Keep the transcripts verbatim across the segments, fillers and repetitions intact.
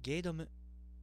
ゲードム。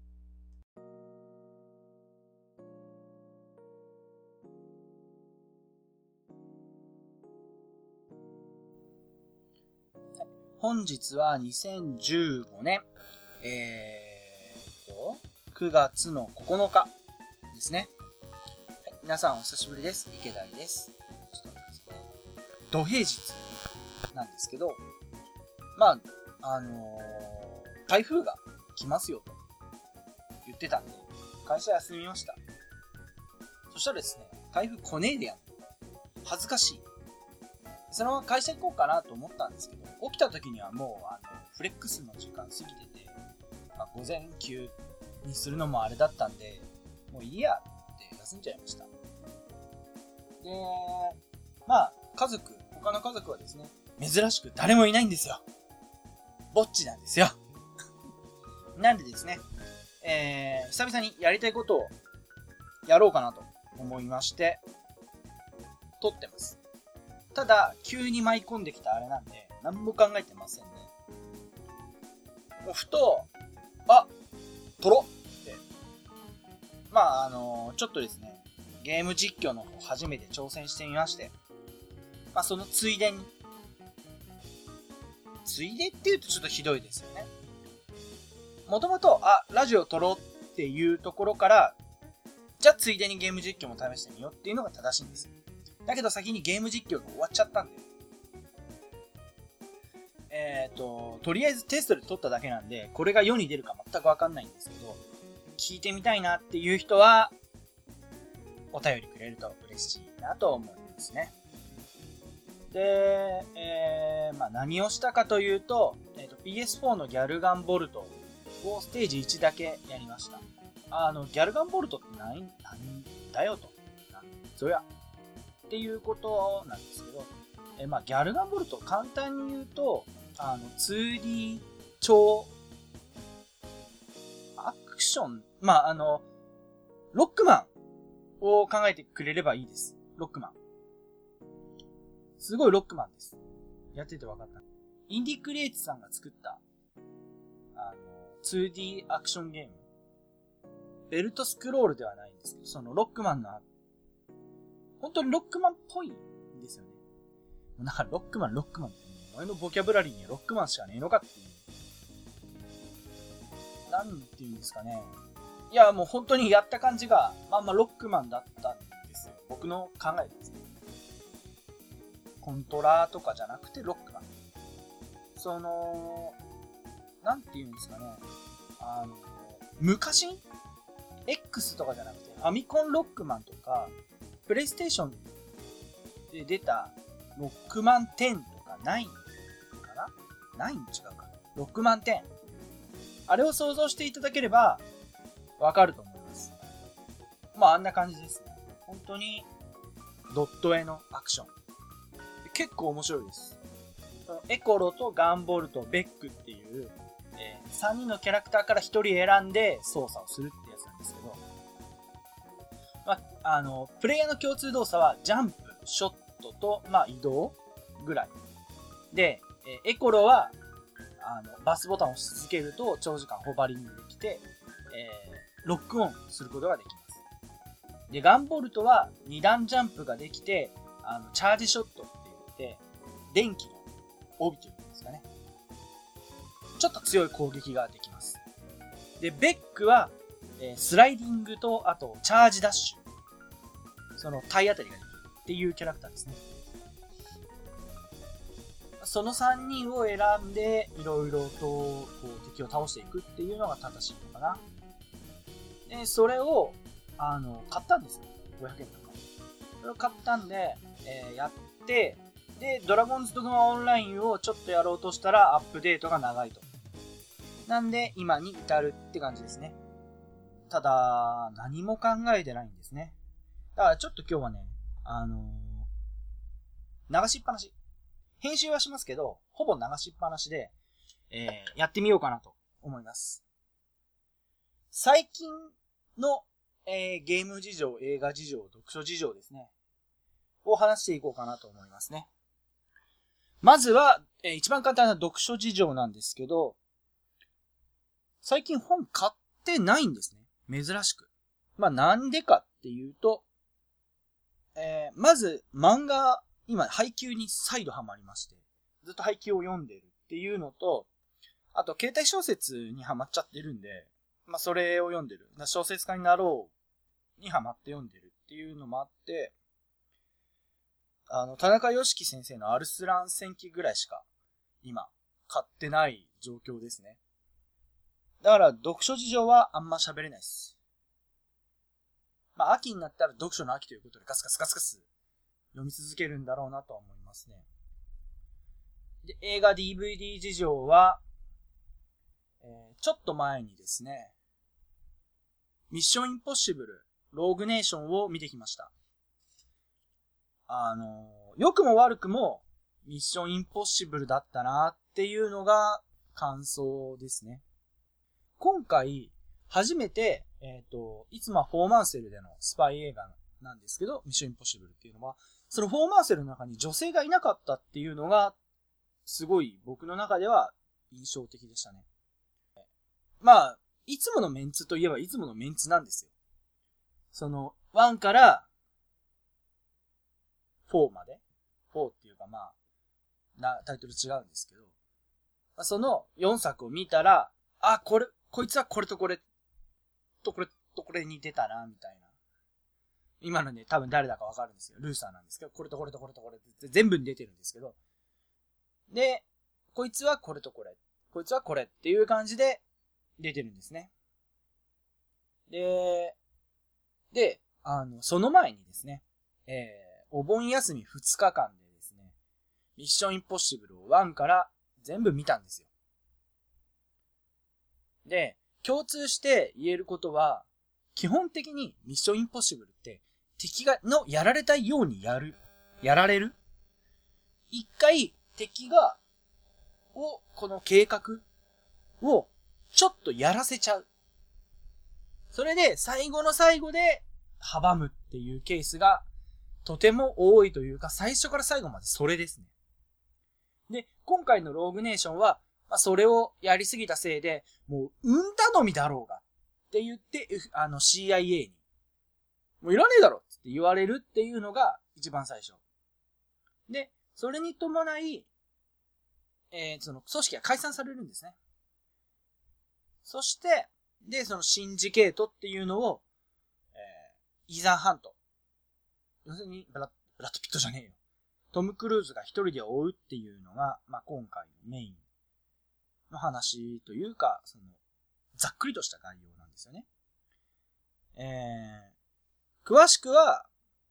本日はにせんじゅうごねん、えーと、くがつのここのかですね。はい、皆さんお久しぶりです。池田です。ちょっと待ってください。土平日なんですけど、まあ、あのー、台風が来ますよと言ってたんで、会社休みました。そしたらですね、台風来ねえでやん。恥ずかしい。そのまま会社行こうかなと思ったんですけど、起きた時にはもうあのフレックスの時間過ぎてて、まあ、午前休にするのもあれだったんで、もういいやって休んじゃいました。で、まあ家族、他の家族はですね、珍しく誰もいないんですよ。ぼっちなんですよ。なんでですね、えー、久々にやりたいことをやろうかなと思いまして、撮ってます。ただ、急に舞い込んできたあれなんで、何も考えてませんね。もうふと、あ、撮ろって。まあ、あのー、ちょっとですね、ゲーム実況の方初めて挑戦してみまして、まあ、そのついでに、ついでって言うとちょっとひどいですよね。もともと、あ、ラジオ撮ろうっていうところから、じゃあついでにゲーム実況も試してみようっていうのが正しいんですよ。だけど先にゲーム実況が終わっちゃったんで。えっと、とりあえずテストで撮っただけなんで、これが世に出るか全くわかんないんですけど、聞いてみたいなっていう人は、お便りくれると嬉しいなと思いますね。で、えー、まあ何をしたかというと、えーと、ピーエスフォー のギャルガンボルトをステージいちだけやりました。あの、ギャルガンボルトって何、何だよと。なんぞや。っていうことなんですけど、えまあ、ギャルガンボルト簡単に言うとあの ツーディー 超アクション、まああのロックマンを考えてくれればいいです。ロックマンすごいロックマンです。やってて分かった。インディクリエイツさんが作ったあの ツーディー アクションゲーム、ベルトスクロールではないんですけど、そのロックマンの本当にロックマンっぽいんですよね。なんかロックマン、ロックマンって、俺のボキャブラリーにロックマンしかねえのかっていう。なんていうんですかね。いや、もう本当にやった感じが、まあまあロックマンだったんですよ。僕の考えですね。コントラとかじゃなくてロックマン。その、なんていうんですかね。あの、昔 X とかじゃなくて、ファミコンロックマンとか、プレイステーションで出たロックマンテンとかナインかな ?ナイン 違うか。ロックマンテン。あれを想像していただければわかると思います。まああんな感じですね。本当にドット絵のアクション。結構面白いです。エコロとガンボルとベックっていう、えー、さんにんのキャラクターからひとり選んで操作をするってやつなんですけど、まあ、あの、プレイヤーの共通動作はジャンプ、ショットと、まあ、移動ぐらい。で、えエコロは、あの、バスボタンを押し続けると長時間ホバリングできて、えー、ロックオンすることができます。で、ガンボルトはに段ジャンプができて、あの、チャージショットって言って、電気の帯というんですかね。ちょっと強い攻撃ができます。で、ベックは、えー、スライディングと、あと、チャージダッシュ。その、体当たりができるっていうキャラクターですね。そのさんにんを選んで、いろいろと、こう、敵を倒していくっていうのが正しいのかな。で、それを、あの、買ったんですよ。ごひゃくえんとか。それを買ったんで、えー、やって、で、ドラゴンズドグマオンラインをちょっとやろうとしたら、アップデートが長いと。なんで、今に至るって感じですね。ただ、何も考えてないんですね。だからちょっと今日はね、あのー、流しっぱなし。編集はしますけど、ほぼ流しっぱなしで、えー、やってみようかなと思います。最近の、えー、ゲーム事情、映画事情、読書事情ですね。を話していこうかなと思いますね。まずは、えー、一番簡単な読書事情なんですけど、 最近本買ってないんですね。珍しく。まあなんでかっていうと、えー、まず漫画、今配給に再度ハマりまして、ずっと配給を読んでるっていうのと、あと携帯小説にハマっちゃってるんで、まあそれを読んでる。小説家になろうにハマって読んでるっていうのもあって、あの、田中良樹先生のアルスラン戦記ぐらいしか今買ってない状況ですね。だから読書事情はあんま喋れないです。まあ秋になったら読書の秋ということでガスガスガスガス読み続けるんだろうなとは思いますね。で、映画 ディーブイディー 事情は、えー、ちょっと前にですね、ミッションインポッシブル、ローグネーションを見てきました。あのー、良くも悪くもミッションインポッシブルだったなっていうのが感想ですね。今回、初めて、えっと、いつもはフォーマンセルでのスパイ映画なんですけど、ミッションインポッシブルっていうのは、そのフォーマンセルの中に女性がいなかったっていうのが、すごい僕の中では印象的でしたね。まあ、いつものメンツといえばいつものメンツなんですよ。その、ワンからフォーまで。フォーっていうかまあ、な、タイトル違うんですけど、そのよんさくを見たら、あ、これ、こいつはこれとこれとこれとこれに出たな、みたいな。今のね、多分誰だかわかるんですよ。ルーサーなんですけど、これとこれとこれとこれって全部に出てるんですけど、で、こいつはこれとこれ、こいつはこれっていう感じで出てるんですね。で、で、あの、その前にですね、えー、お盆休みふつかかんでですね、ミッションインポッシブルをワンから全部見たんですよ。で、共通して言えることは、基本的にミッションインポッシブルって敵が、のやられたいようにやる。やられる。一回敵が、を、この計画をちょっとやらせちゃう。それで最後の最後で阻むっていうケースがとても多いというか、最初から最後までそれですね。で、今回のローグネーションは、まあ、それをやりすぎたせいで、もう、うん頼みだろうがって言って、あの シーアイエー に、もういらねえだろって言われるっていうのが一番最初。で、それに伴い、えー、その組織が解散されるんですね。そして、で、そのシンジケートっていうのを、えー、イーザン・ハント。要するにブラ、ブラッド・ピットじゃねえよ。トム・クルーズが一人で追うっていうのが、まあ、今回のメインの話というか、その、ざっくりとした概要なんですよね。えー、詳しくは、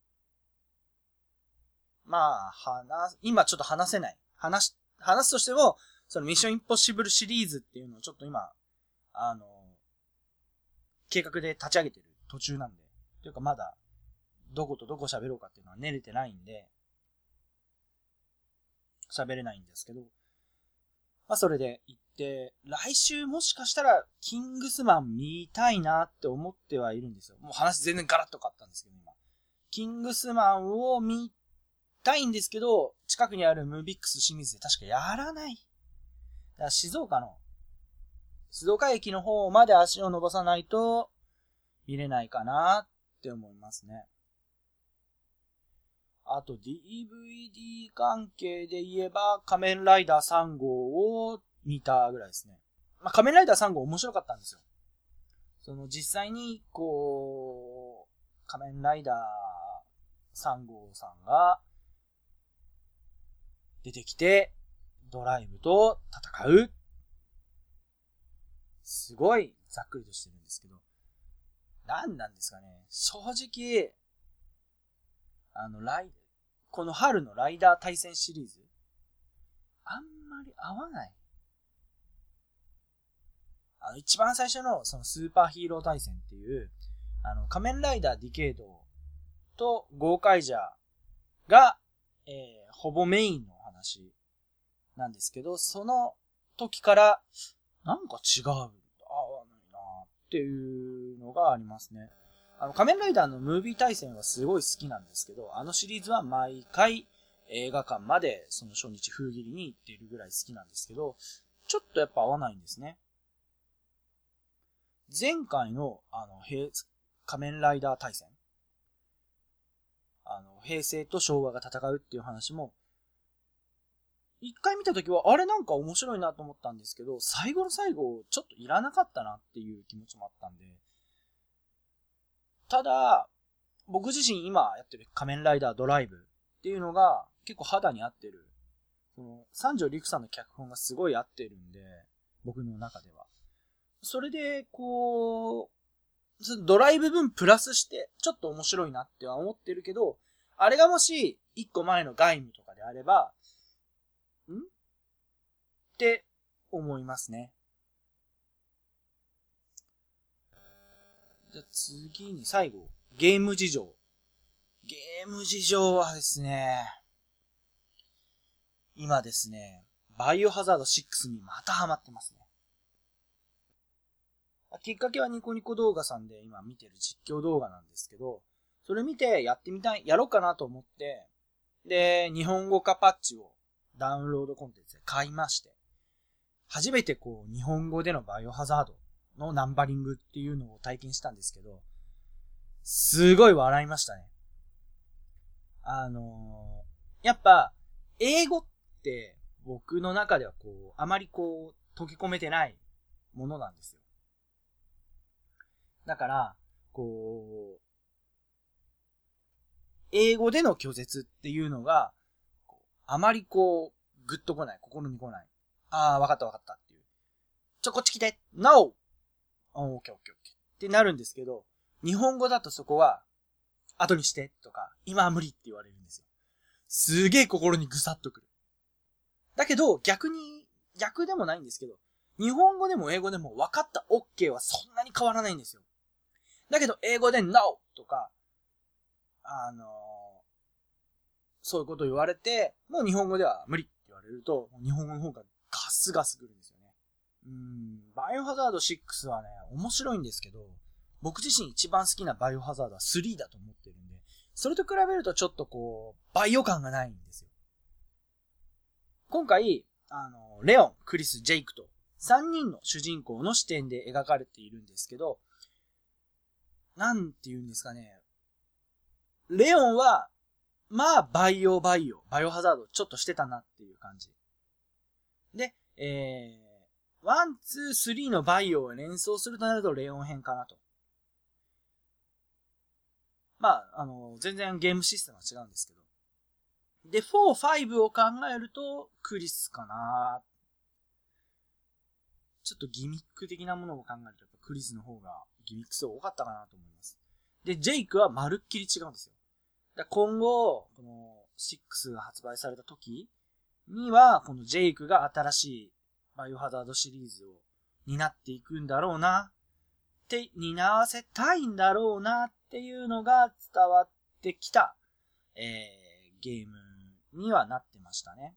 まあ、話、今ちょっと話せない。話、話すとしても、そのミッションインポッシブルシリーズっていうのをちょっと今、あの、計画で立ち上げてる途中なんで、というかまだ、どことどこ喋ろうかっていうのは練れてないんで、喋れないんですけど、まあそれで行って、来週もしかしたら、キングスマン見たいなって思ってはいるんですよ。もう話全然ガラッと変わったんですけど、今。キングスマンを見たいんですけど、近くにあるムービックス清水で確かやらない。だから静岡の、静岡駅の方まで足を伸ばさないと、見れないかなって思いますね。あと ディーブイディー 関係で言えば仮面ライダーさん号を見たぐらいですね。まあ、仮面ライダーさん号面白かったんですよ。その実際にこう仮面ライダーさん号さんが出てきてドライブと戦う。すごいざっくりとしてるんですけど、何なんですかね。正直あの、ライ、この春のライダー対戦シリーズ、あんまり合わない。あの、一番最初のそのスーパーヒーロー対戦っていう、あの、仮面ライダーディケイドとゴーカイジャーが、えー、ほぼメインのお話なんですけど、その時から、なんか違う、合わないなっていうのがありますね。あの、仮面ライダーのムービー対戦はすごい好きなんですけど、あのシリーズは毎回映画館までその初日封切りに行っているぐらい好きなんですけど、ちょっとやっぱ合わないんですね。 前回の、あの、平、仮面ライダー対戦。あの、平成と昭和が戦うっていう話も、一回見たときは、あれなんか面白いなと思ったんですけど、最後の最後、ちょっといらなかったなっていう気持ちもあったんで。ただ、僕自身今やってる仮面ライダードライブっていうのが結構肌に合ってる。その三条陸さんの脚本がすごい合ってるんで、僕の中では。それで、こう、ドライブ分プラスしてちょっと面白いなっては思ってるけど、あれがもし一個前のガイムとかであれば、んって思いますね。じゃあ次に最後、ゲーム事情。ゲーム事情はですね、今ですね、バイオハザードシックスにまたハマってますね。きっかけはニコニコ動画さんで今見てる実況動画なんですけど、それ見てやってみたい、やろうかなと思って、で、日本語化パッチをダウンロードコンテンツで買いまして、初めてこう日本語でのバイオハザードのナンバリングっていうのを体験したんですけど、すごい笑いましたね。あのー、やっぱ英語って僕の中ではこうあまりこう溶け込めてないものなんですよ。だからこう英語での拒絶っていうのがあまりこうグッとこない、心に来ない。ああ、わかったわかったっていう。ちょこっち来て No! オッケーオッケーオッケーってなるんですけど、日本語だとそこは後にしてとか今は無理って言われるんですよ。すげえ心にぐさっとくる。だけど逆に逆でもないんですけど、日本語でも英語でも分かった OK はそんなに変わらないんですよ。だけど英語で No! とかあのー、そういうこと言われて、もう日本語では無理って言われると、日本語の方がガスガスくるんですよね。うーん、バイオハザードシックスはね、面白いんですけど、僕自身一番好きなバイオハザードはスリーだと思ってるんで、それと比べるとちょっとこう、バイオ感がないんですよ。今回、あの、レオン、クリス、ジェイクとさんにんの主人公の視点で描かれているんですけど、なんて言うんですかね。レオンは、まあ、バイオバイオ、バイオハザードちょっとしてたなっていう感じ。で、えー、ワン、ツー、スリーのバイオを連想するとなるとレオン編かなと。まあ、あの、全然ゲームシステムは違うんですけど。で、フォー、ファイブを考えると、クリスかな。ちょっとギミック的なものを考えると、やっぱクリスの方がギミック数多かったかなと思います。で、ジェイクはまるっきり違うんですよ。だ今後、このシックスが発売された時には、このジェイクが新しいバイオハザードシリーズを担っていくんだろうな。って、担わせたいんだろうなっていうのが伝わってきた、えー、ゲームにはなってましたね。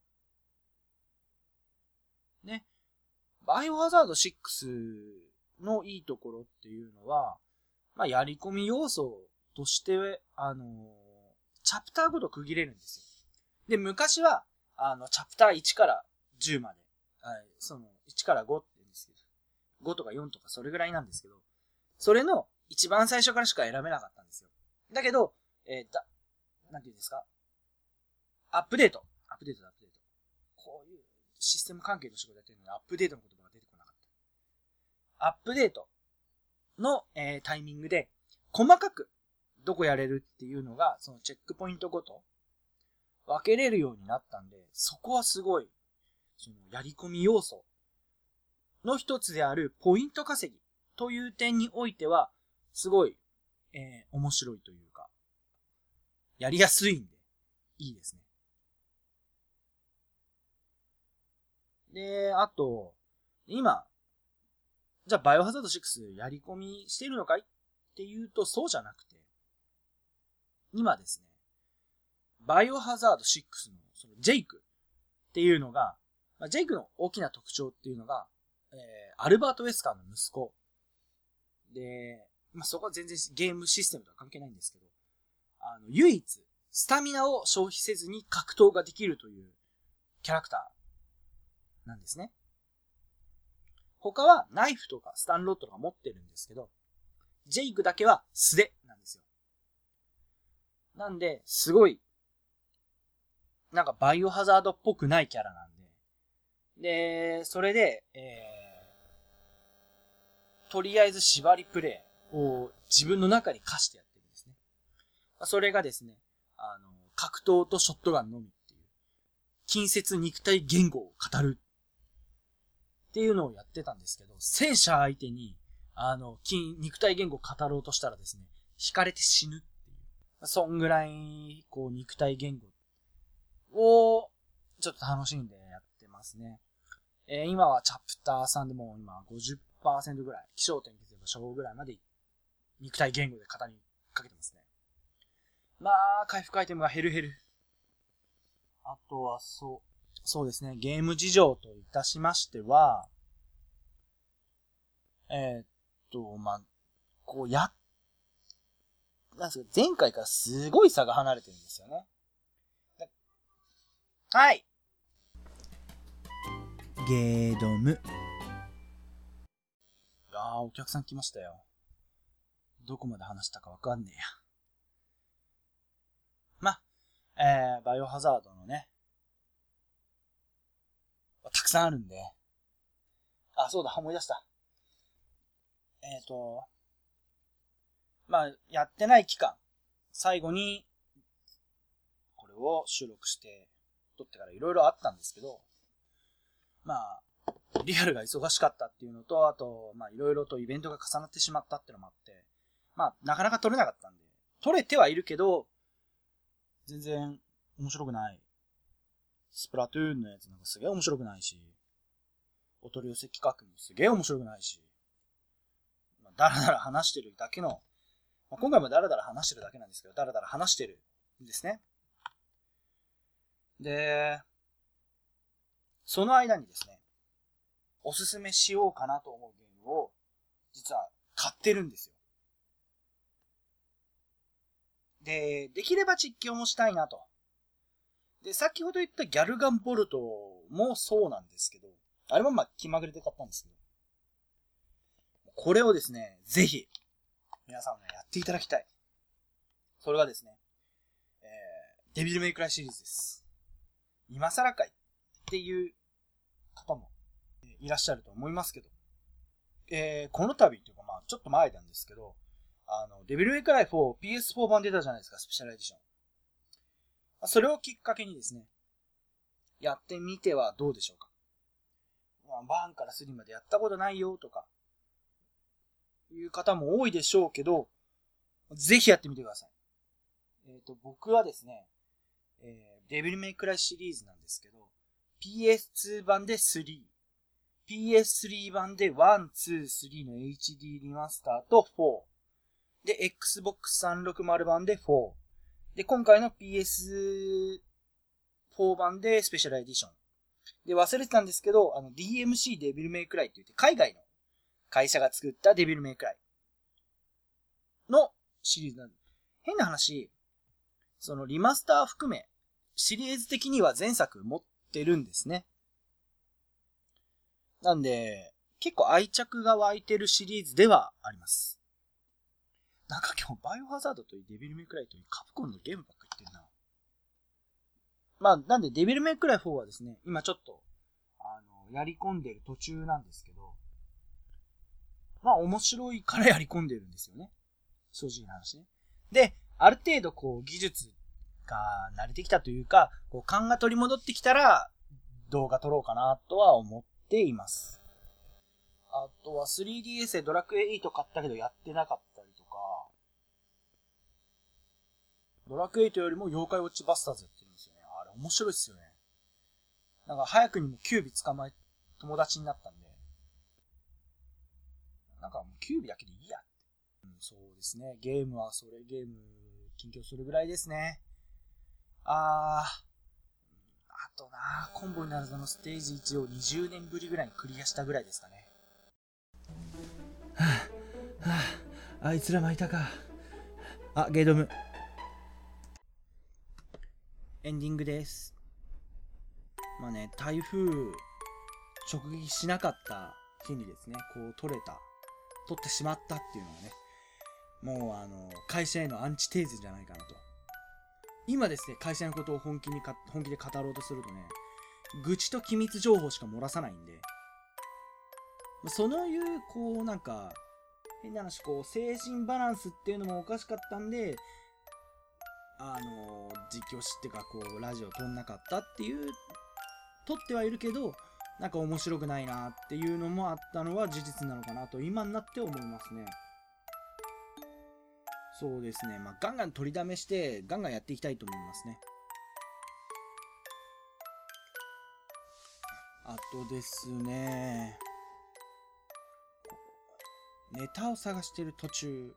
ね。バイオハザードシックスのいいところっていうのは、まあ、やり込み要素として、あのー、チャプターごと区切れるんですよ。で、昔は、あの、チャプターいちからじゅうまで、はい、その、いちからごって言うんですけど、ごとかよんとかそれぐらいなんですけど、それの一番最初からしか選べなかったんですよ。だけど、えー、だ、なんて言うんですか、アップデート。アップデートだ、アップデート。こういうシステム関係の仕事やってるのにアップデートの言葉が出てこなかった。アップデートの、えー、タイミングで、細かくどこやれるっていうのが、そのチェックポイントごと分けれるようになったんで、そこはすごい、そのやり込み要素の一つであるポイント稼ぎという点においては、すごい、えー、面白いというか、やりやすいんで、いいですね。で、あと、今、じゃあバイオハザードシックスやり込みしてるのかいっていうとそうじゃなくて、今ですね、バイオハザードシックスのそのジェイクっていうのが、まあ、ジェイクの大きな特徴っていうのが、えー、アルバート・ウェスカーの息子。で、まあ、そこは全然ゲームシステムとは関係ないんですけど、あの、唯一、スタミナを消費せずに格闘ができるというキャラクターなんですね。 他はナイフとかスタンロッドとか持ってるんですけど、ジェイクだけは素手なんですよ。なんで、すごい、なんかバイオハザードっぽくないキャラなんで。で、それで、えー、とりあえず縛りプレイを自分の中に課してやってるんですね。それがですね、あの、格闘とショットガンのみっていう、近接肉体言語を語るっていうのをやってたんですけど、戦車相手に、あの、筋、肉体言語を語ろうとしたらですね、惹かれて死ぬっていう。そんぐらい、こう、肉体言語を、ちょっと楽しんでやってますね。えー、今はチャプターさんでもう今 ごじゅっパーセント ぐらい、気象点結ば初号ぐらいまで肉体言語で語りかけてますね。まあ、回復アイテムが減る減る。あとはそう、そうですね、ゲーム事情といたしましては、えー、っと、まあ、こうや、なんですか、前回からすごい差が離れてるんですよね。はい。ゲードム。あー、お客さん来ましたよ。どこまで話したかわかんねえや。ま、えー、バイオハザードのね、たくさんあるんで。あ、そうだ、思い出した。えっと、まあ、やってない期間、最後に、これを収録して、撮ってからいろいろあったんですけど、まあ、リアルが忙しかったっていうのと、あと、まあ、いろいろとイベントが重なってしまったっていうのもあって、まあ、なかなか撮れなかったんで、撮れてはいるけど、全然面白くない。スプラトゥーンのやつなんかすげえ面白くないし、お取り寄せ企画もすげえ面白くないし、まあ、だらだら話してるだけの、まあ、今回もだらだら話してるだけなんですけど、だらだら話してるんですね。で、その間にですね、おすすめしようかなと思うゲームを、実は買ってるんですよ。で、できれば実況もしたいなと。で、先ほど言ったギャルガンボルトもそうなんですけど、あれもまあ気まぐれで買ったんですけど、これをですね、ぜひ、皆さんね、やっていただきたい。それがですね、えー、デビルメイクライシリーズです。今更かいっていう方もいらっしゃると思いますけど、えー、この度というかまあちょっと前なんですけど、あの、デビルメイクライフォー ピーエスフォー 版出たじゃないですか、スペシャルエディション。それをきっかけにですね、やってみてはどうでしょうか。ワンからスリーまでやったことないよとか、いう方も多いでしょうけど、ぜひやってみてください。えっと、僕はですね、えー、デビルメイクライシリーズなんですけど、ピーエスツー 版でスリー、ピーエススリー 版でワン、ツー、スリーの エイチディー リマスターとフォー、で、Xbox さんびゃくろくじゅう版でフォー、で、今回の ピーエスフォー 版でスペシャルエディション。で、忘れてたんですけど、あの、ディーエムシー デビルメイクライって言って、海外の会社が作ったデビルメイクライのシリーズなんで、変な話、そのリマスター含め、シリーズ的には前作持ってるんですね。なんで、結構愛着が湧いてるシリーズではあります。なんか今日バイオハザードといいデビルメイクライといいカプコンのゲームばっかり言ってるな。まあ、なんでデビルメイクライフォーはですね、今ちょっと、あの、やり込んでる途中なんですけど、まあ面白いからやり込んでるんですよね。正直な話ね。で、ある程度こう技術が慣れてきたというか、こう勘が取り戻ってきたら動画撮ろうかなとは思っています。あとは スリーディーエス でドラクエエイト買ったけどやってなかったりとか、ドラクエエイトよりも妖怪ウォッチバスターズやってるんですよね。あれ面白いっすよね。なんか早くにもキュービ捕まえ、友達になったんで、なんかもうキュービだけでいいやって。うん、そうですね。ゲームはそれ、ゲーム、近況するぐらいですね。あー、あとなー、コンボイナルズのステージいちをにじゅうねんぶりぐらいにクリアしたぐらいですかね。はぁ、はぁ、あいつらもいたか。あ、ゲードム。エンディングです。まあね、台風直撃しなかった権利ですね、こう取れた、取ってしまったっていうのはね、もうあの、会社へのアンチテーゼじゃないかなと。今ですね、会社のことを本気にか、本気で語ろうとするとね、愚痴と機密情報しか漏らさないんで、そのいう、こうなんか、変な話、こう、精神バランスっていうのもおかしかったんで、あの、実況しってか、こう、ラジオ撮んなかったっていう、撮ってはいるけど、なんか面白くないなっていうのもあったのは事実なのかなと、今になって思いますね。そうですね。まあ、ガンガン取りだめして、ガンガンやっていきたいと思いますね。あとですね、ネタを探してる途中、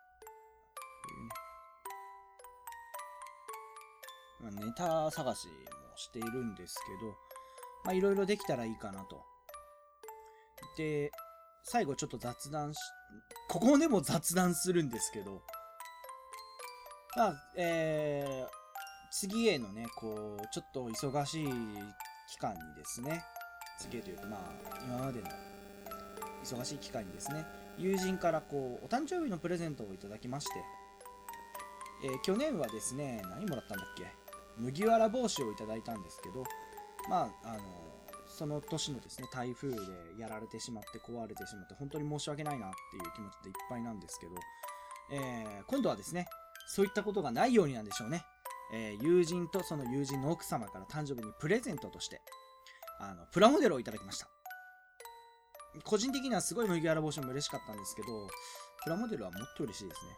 まあ、ネタ探しもしているんですけど、まあいろいろできたらいいかなと。で、最後ちょっと雑談し、ここでも雑談するんですけど、まあ、えー、次へのね、こう、ちょっと忙しい期間にですね、次へというか、まあ、今までの忙しい期間にですね、友人からこう、お誕生日のプレゼントをいただきまして、えー、去年はですね、何もらったんだっけ、麦わら帽子をいただいたんですけど、まあ、あの、その年のですね、台風でやられてしまって壊れてしまって、本当に申し訳ないなっていう気持ちでいっぱいなんですけど、えー、今度はですね、そういったことがないようになんでしょうね。えー、友人とその友人の奥様から誕生日にプレゼントとして、あの、プラモデルをいただきました。個人的にはすごい麦わら帽子も嬉しかったんですけど、プラモデルはもっと嬉しいですね。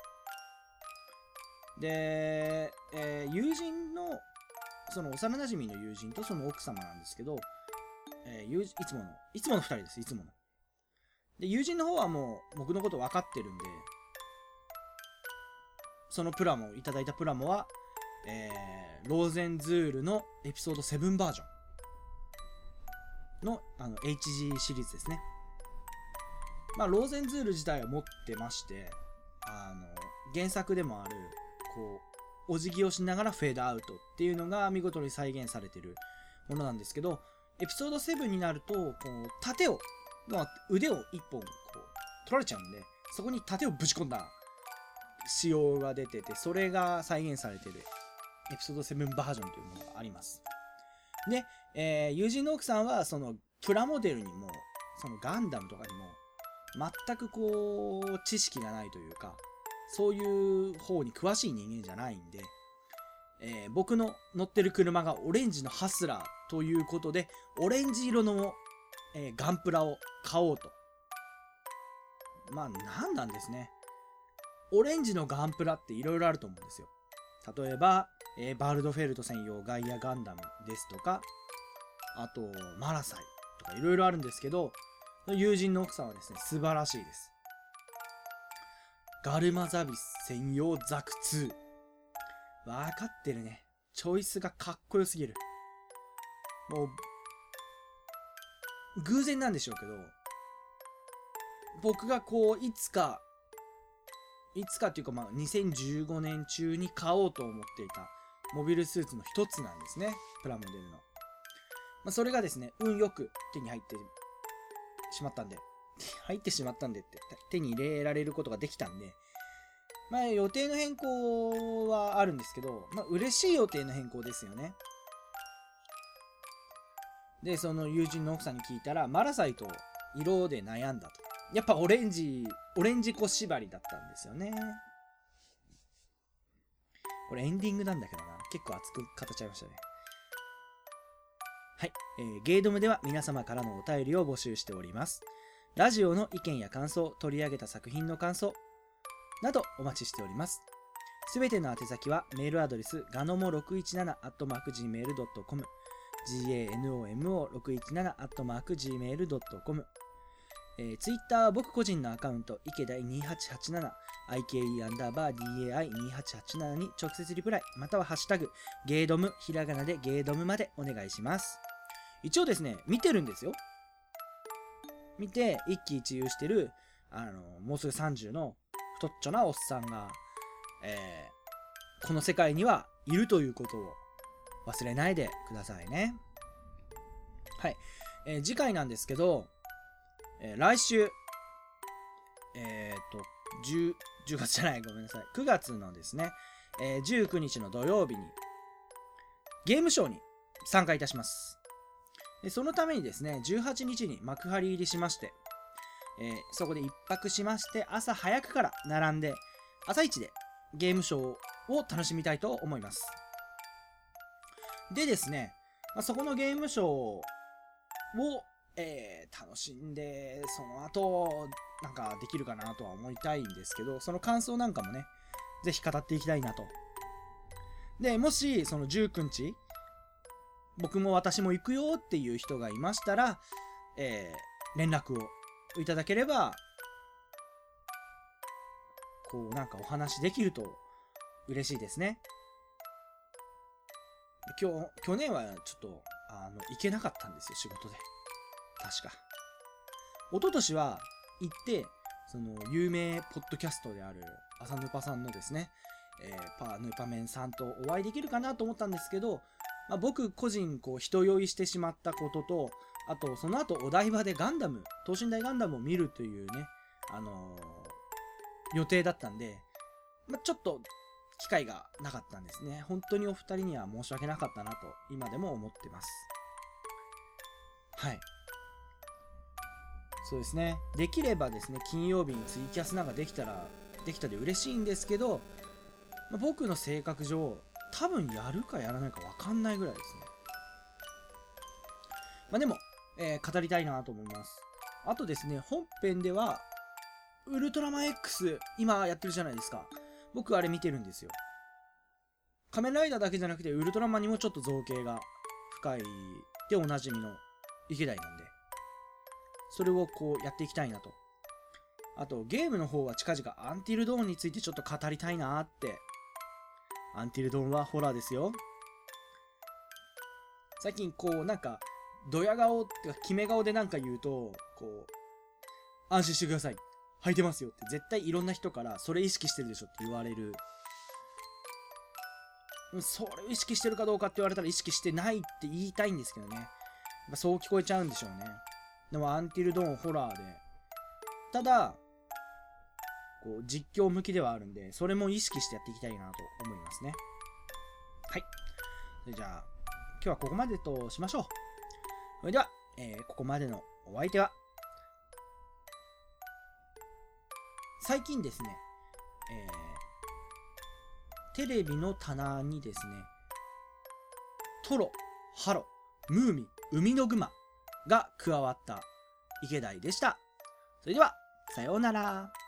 で、えー、友人の、その幼馴染の友人とその奥様なんですけど、えー、友いつもの、いつもの二人です、いつもの。で、友人の方はもう僕のこと分かってるんで、そのプラモ、いただいたプラモは、えー、ローゼンズールのエピソードセブンバージョンの、あの、エイチジー シリーズですね。まあ、ローゼンズール自体は持ってまして、あの、原作でもある、こう、お辞儀をしながらフェードアウトっていうのが見事に再現されているものなんですけど、エピソードセブンになると、こう、盾を、まあ、腕を一本、こう、取られちゃうんで、そこに盾をぶち込んだ仕様が出てて、それが再現されているエピソードセブンバージョンというものがあります。で、えー、友人の奥さんは、その、プラモデルにも、そのガンダムとかにも、全くこう、知識がないというか、そういう方に詳しい人間じゃないんで、えー、僕の乗ってる車がオレンジのハスラーということで、オレンジ色の、えー、ガンプラを買おうと。まあ、なんなんですね。オレンジのガンプラって色々あると思うんですよ。例えば、えー、バールドフェルト専用ガイアガンダムですとか、あと、マラサイとか色々あるんですけど、友人の奥さんはですね、素晴らしいです。ガルマザビス専用ザクツー。わかってるね。チョイスがかっこよすぎる。もう、偶然なんでしょうけど、僕がこう、いつか、いつかっていうかまあ、にせんじゅうごねん中に買おうと思っていたモビルスーツの一つなんですね。プラモデルの。まあ、それがですね、運よく手に入ってしまったんで、入ってしまったんでって、手に入れられることができたんで、まあ予定の変更はあるんですけど、まあ嬉しい予定の変更ですよね。で、その友人の奥さんに聞いたら、マラサイと色で悩んだと。やっぱオレンジ、オレンジ子縛りだったんですよね。これエンディングなんだけどな。結構熱く語っちゃいましたね。はい、えー。ゲイドムでは皆様からのお便りを募集しております。ラジオの意見や感想、取り上げた作品の感想などお待ちしております。すべての宛先はメールアドレスガノモろくいちななアットマークジーメールドットコム ガノモろくいちななアットマークジーメールドットコム、えー、ツイッターは僕個人のアカウント池田にはちはちなな アイケーイー アンダーバー ディーエーアイにはちはちなな に直接リプライまたはハッシュタグゲイドムひらがなでゲイドムまでお願いします。一応ですね、見てるんですよ。見て一喜一憂してるあのもうすぐさんじゅうの太っちょなおっさんが、えー、この世界にはいるということを忘れないでくださいね。はい、えー、次回なんですけど、 えー、来週、えー、っと、10、じゅうがつじゃない、ごめんなさい。くがつのですね、えー、じゅうくにちの土曜日に、ゲームショーに参加いたします。でそのためにですね、じゅうはちにちに幕張入りしまして、えー、そこで一泊しまして、朝早くから並んで、朝一でゲームショーを楽しみたいと思います。でですね、まあ、そこのゲームショーを、えー、楽しんで、その後、なんかできるかなとは思いたいんですけど、その感想なんかもね、ぜひ語っていきたいなと。で、もし、そのじゅうくにち、僕も私も行くよっていう人がいましたら、えー、連絡をいただければ、こうなんかお話できると嬉しいですね。今日、去年はちょっと、あの、行けなかったんですよ、仕事で。確か。一昨年は行って、その、有名ポッドキャストである、朝ヌパさんのですね、えー、パーヌパメンさんとお会いできるかなと思ったんですけど、まあ、僕個人、こう、人酔いしてしまったことと、あと、その後、お台場でガンダム、等身大ガンダムを見るというね、あのー、予定だったんで、まあ、ちょっと、機会がなかったんですね。本当にお二人には申し訳なかったなと、今でも思ってます。はい。そうですね。できればですね、金曜日にツイキャスなんかできたら、できたで嬉しいんですけど、まあ、僕の性格上、多分やるかやらないか分かんないぐらいですね。まあでも、えー、語りたいなと思います。あとですね、本編では、ウルトラマン X、今やってるじゃないですか。僕あれ見てるんですよ。仮面ライダーだけじゃなくて、ウルトラマンにもちょっと造形が深いでおなじみの池田なんで、それをこうやっていきたいなと。あと、ゲームの方は近々アンティルドーンについてちょっと語りたいなって。アンティルドーンはホラーですよ。最近こうなんか、ドヤ顔ってか決め顔でなんか言うと、こう、安心してください。履いてますよって絶対いろんな人からそれ意識してるでしょって言われる。それを意識してるかどうかって言われたら意識してないって言いたいんですけどね。やっぱそう聞こえちゃうんでしょうね。でもアンティルドーンホラーで。ただ、こう実況向きではあるんで、それも意識してやっていきたいなと思いますね。はい。それじゃあ、今日はここまでとしましょう。それでは、えー、ここまでのお相手は、最近ですね、えー、テレビの棚にですね、トロ、ハロ、ムーミン、海のグマが加わった池田でした。それでは、さようなら。